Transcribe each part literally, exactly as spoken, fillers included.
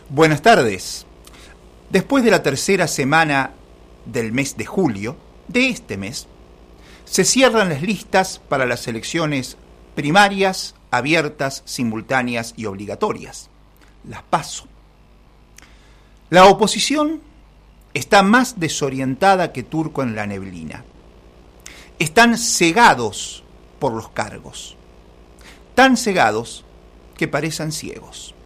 Buenas tardes. Después de la tercera semana del mes de julio, de este mes, se cierran las listas para las elecciones primarias, abiertas, simultáneas y obligatorias, las PASO. La oposición está más desorientada que Turco en la neblina. Están cegados por los cargos, tan cegados que parecen ciegos.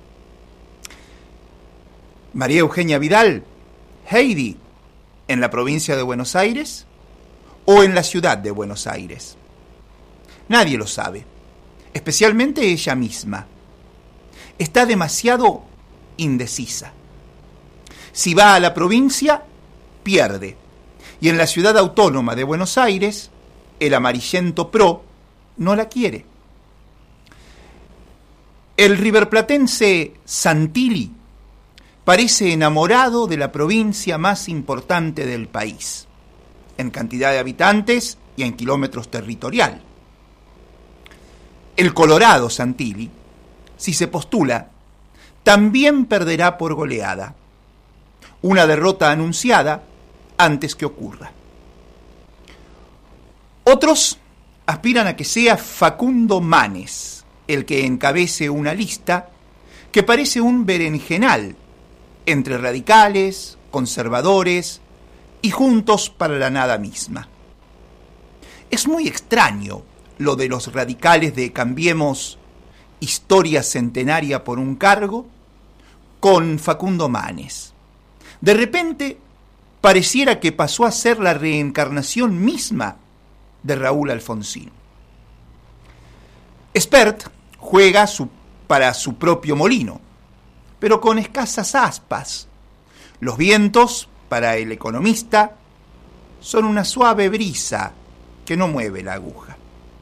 María Eugenia Vidal, Heidi, ¿en la provincia de Buenos Aires o en la ciudad de Buenos Aires? Nadie lo sabe, especialmente ella misma. Está demasiado indecisa. Si va a la provincia, pierde. Y en la ciudad autónoma de Buenos Aires, el amarillento PRO no la quiere. El riverplatense Santilli parece enamorado de la provincia más importante del país, en cantidad de habitantes y en kilómetros territorial. El colorado Santilli, si se postula, también perderá por goleada. Una derrota anunciada antes que ocurra. Otros aspiran a que sea Facundo Manes el que encabece una lista que parece un berenjenal entre radicales, conservadores y juntos para la nada misma. Es muy extraño lo de los radicales de Cambiemos historia centenaria por un cargo con Facundo Manes. De repente pareciera que pasó a ser la reencarnación misma de Raúl Alfonsín. Espert juega su, para su propio molino, pero con escasas aspas. Los vientos, para el economista, son una suave brisa que no mueve la aguja.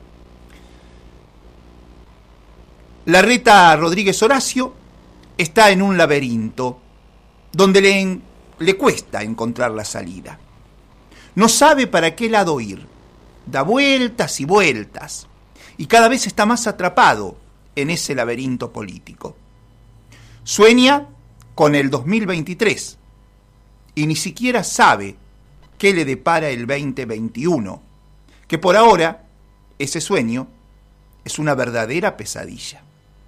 Larreta Rodríguez Horacio está en un laberinto donde le, le cuesta encontrar la salida. No sabe para qué lado ir. Da vueltas y vueltas y cada vez está más atrapado en ese laberinto político. Sueña con el dos mil veintitrés y ni siquiera sabe qué le depara el veinte veintiuno, que por ahora ese sueño es una verdadera pesadilla.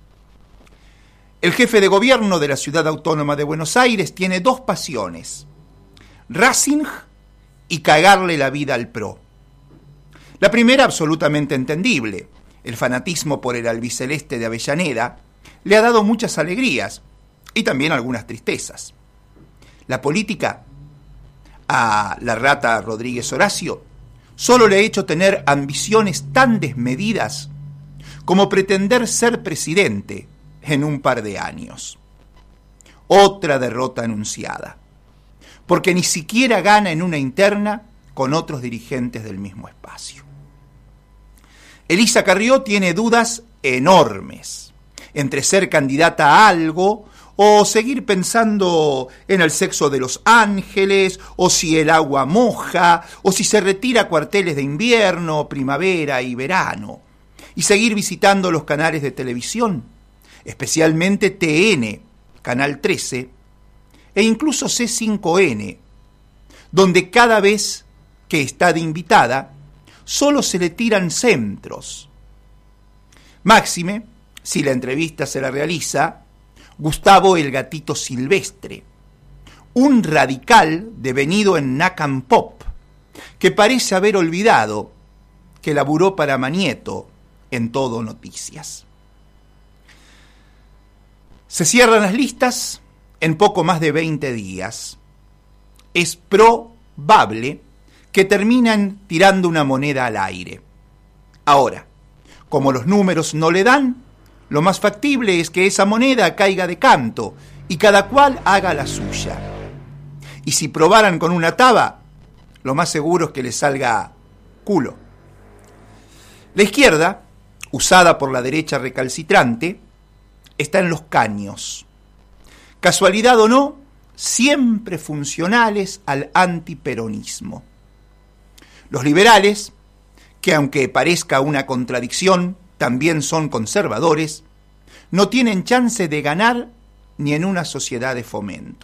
El jefe de gobierno de la Ciudad Autónoma de Buenos Aires tiene dos pasiones: Racing y cagarle la vida al PRO. La primera absolutamente entendible. El fanatismo por el albiceleste de Avellaneda le ha dado muchas alegrías y también algunas tristezas. La política, a la rata Rodríguez Horacio, solo le ha hecho tener ambiciones tan desmedidas como pretender ser presidente en un par de años. Otra derrota anunciada, porque ni siquiera gana en una interna con otros dirigentes del mismo espacio. Elisa Carrió tiene dudas enormes entre ser candidata a algo o seguir pensando en el sexo de los ángeles, o si el agua moja, o si se retira a cuarteles de invierno, primavera y verano, y seguir visitando los canales de televisión, especialmente T N, Canal trece, e incluso C cinco N, donde cada vez que está de invitada, solo se le tiran centros. Máxime, si la entrevista se la realiza Gustavo el Gatito Silvestre, un radical devenido en Nakam Pop, que parece haber olvidado que laburó para Manieto en Todo Noticias. Se cierran las listas en poco más de veinte días. Es probable que terminan tirando una moneda al aire. Ahora, como los números no le dan, lo más factible es que esa moneda caiga de canto y cada cual haga la suya. Y si probaran con una taba, lo más seguro es que le salga culo. La izquierda, usada por la derecha recalcitrante, está en los caños. Casualidad o no, siempre funcionales al antiperonismo. Los liberales, que aunque parezca una contradicción, también son conservadores, no tienen chance de ganar ni en una sociedad de fomento.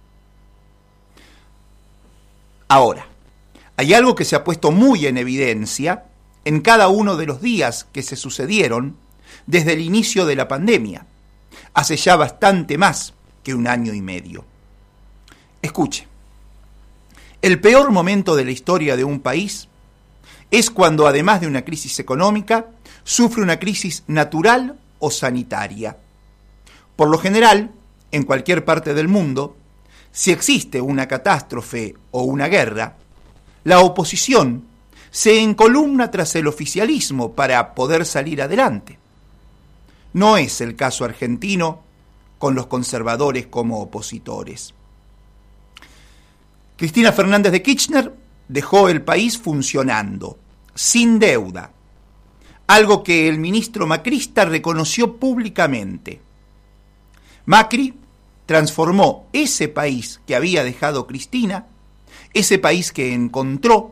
Ahora, hay algo que se ha puesto muy en evidencia en cada uno de los días que se sucedieron desde el inicio de la pandemia, hace ya bastante más que un año y medio. Escuche, el peor momento de la historia de un país es cuando, además de una crisis económica, sufre una crisis natural o sanitaria. Por lo general, en cualquier parte del mundo, si existe una catástrofe o una guerra, la oposición se encolumna tras el oficialismo para poder salir adelante. No es el caso argentino con los conservadores como opositores. Cristina Fernández de Kirchner dejó el país funcionando, sin deuda, algo que el ministro macrista reconoció públicamente. Macri transformó ese país que había dejado Cristina, ese país que encontró,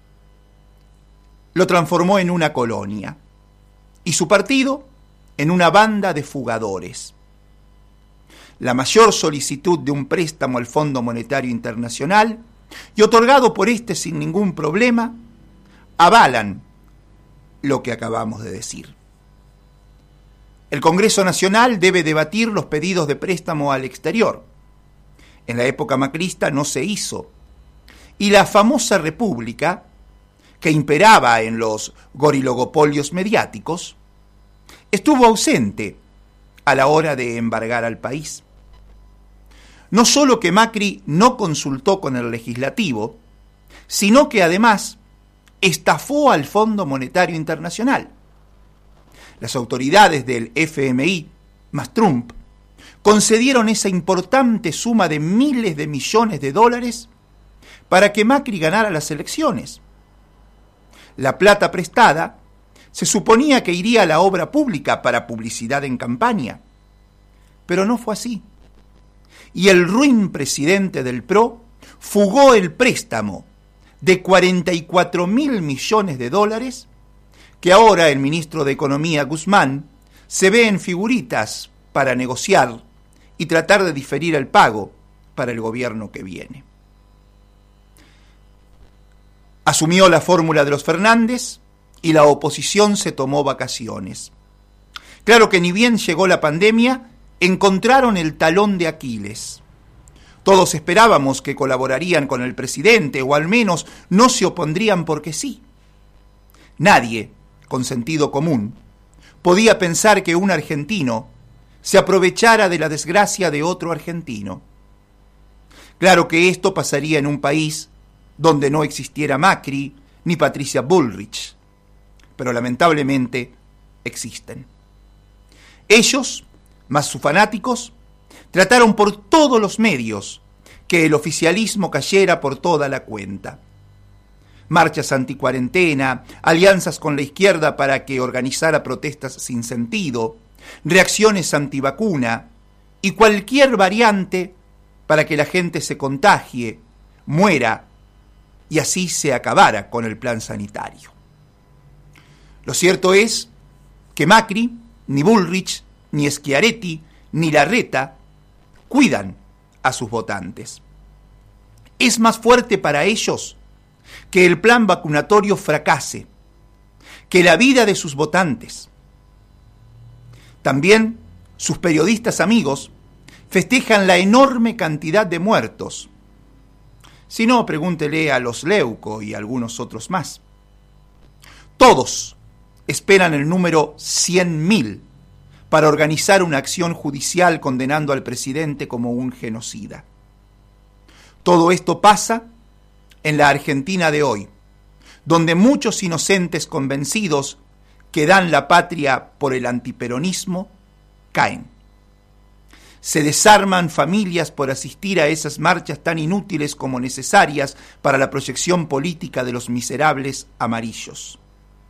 lo transformó en una colonia y su partido en una banda de fugadores. La mayor solicitud de un préstamo al Fondo Monetario Internacional y otorgado por este sin ningún problema, avalan lo que acabamos de decir. El Congreso Nacional debe debatir los pedidos de préstamo al exterior. En la época macrista no se hizo. Y la famosa república, que imperaba en los gorilogopolios mediáticos, estuvo ausente a la hora de embargar al país. No solo que Macri no consultó con el legislativo, sino que además estafó al Fondo Monetario Internacional. Las autoridades del F M I, más Trump, concedieron esa importante suma de miles de millones de dólares para que Macri ganara las elecciones. La plata prestada se suponía que iría a la obra pública para publicidad en campaña, pero no fue así. Y el ruin presidente del P R O fugó el préstamo de cuarenta y cuatro mil millones de dólares que ahora el ministro de Economía, Guzmán, se ve en figuritas para negociar y tratar de diferir el pago para el gobierno que viene. Asumió la fórmula de los Fernández y la oposición se tomó vacaciones. Claro que ni bien llegó la pandemia, encontraron el talón de Aquiles. Todos esperábamos que colaborarían con el presidente o al menos no se opondrían porque sí. Nadie, con sentido común, podía pensar que un argentino se aprovechara de la desgracia de otro argentino. Claro que esto pasaría en un país donde no existiera Macri ni Patricia Bullrich, pero lamentablemente existen. Ellos, más sus fanáticos, trataron por todos los medios que el oficialismo cayera por toda la cuenta. Marchas anticuarentena, alianzas con la izquierda para que organizara protestas sin sentido, reacciones antivacuna y cualquier variante para que la gente se contagie, muera y así se acabara con el plan sanitario. Lo cierto es que Macri, ni Bullrich, ni Schiaretti, ni Larreta cuidan a sus votantes. Es más fuerte para ellos que el plan vacunatorio fracase, que la vida de sus votantes. También sus periodistas amigos festejan la enorme cantidad de muertos. Si no, pregúntele a los Leuco y a algunos otros más. Todos esperan el número cien mil para organizar una acción judicial condenando al presidente como un genocida. Todo esto pasa en la Argentina de hoy, donde muchos inocentes convencidos que dan la patria por el antiperonismo caen. Se desarman familias por asistir a esas marchas tan inútiles como necesarias para la proyección política de los miserables amarillos.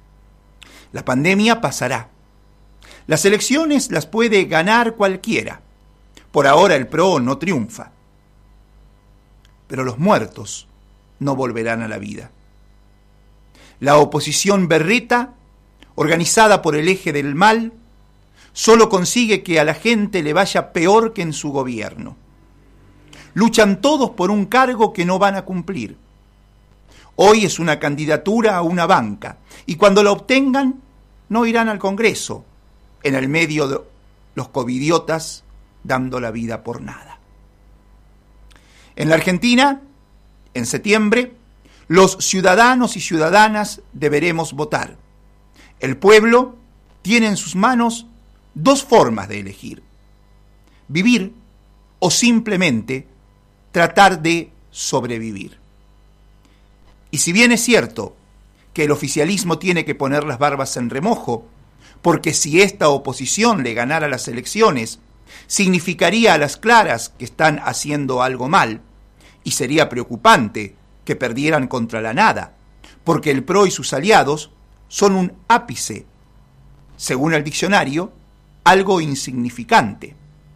La pandemia pasará. Las elecciones las puede ganar cualquiera. Por ahora el P R O no triunfa. Pero los muertos no volverán a la vida. La oposición berreta, organizada por el eje del mal, solo consigue que a la gente le vaya peor que en su gobierno. Luchan todos por un cargo que no van a cumplir. Hoy es una candidatura a una banca, y cuando la obtengan, no irán al Congreso, en el medio de los covidiotas dando la vida por nada. En la Argentina, en septiembre, los ciudadanos y ciudadanas deberemos votar. El pueblo tiene en sus manos dos formas de elegir: vivir o simplemente tratar de sobrevivir. Y si bien es cierto que el oficialismo tiene que poner las barbas en remojo, porque si esta oposición le ganara las elecciones, significaría a las claras que están haciendo algo mal, y sería preocupante que perdieran contra la nada, porque el P R O y sus aliados son un ápice, según el diccionario, algo insignificante.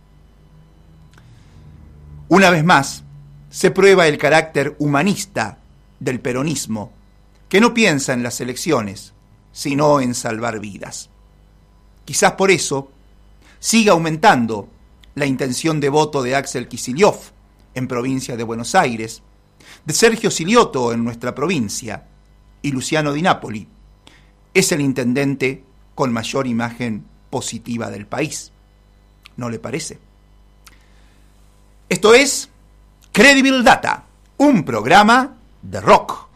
Una vez más, se prueba el carácter humanista del peronismo, que no piensa en las elecciones, sino en salvar vidas. Quizás por eso siga aumentando la intención de voto de Axel Kicillof en provincia de Buenos Aires, de Sergio Silioto en nuestra provincia, y Luciano Di Napoli es el intendente con mayor imagen positiva del país. ¿No le parece? Esto es Credible Data, un programa de rock.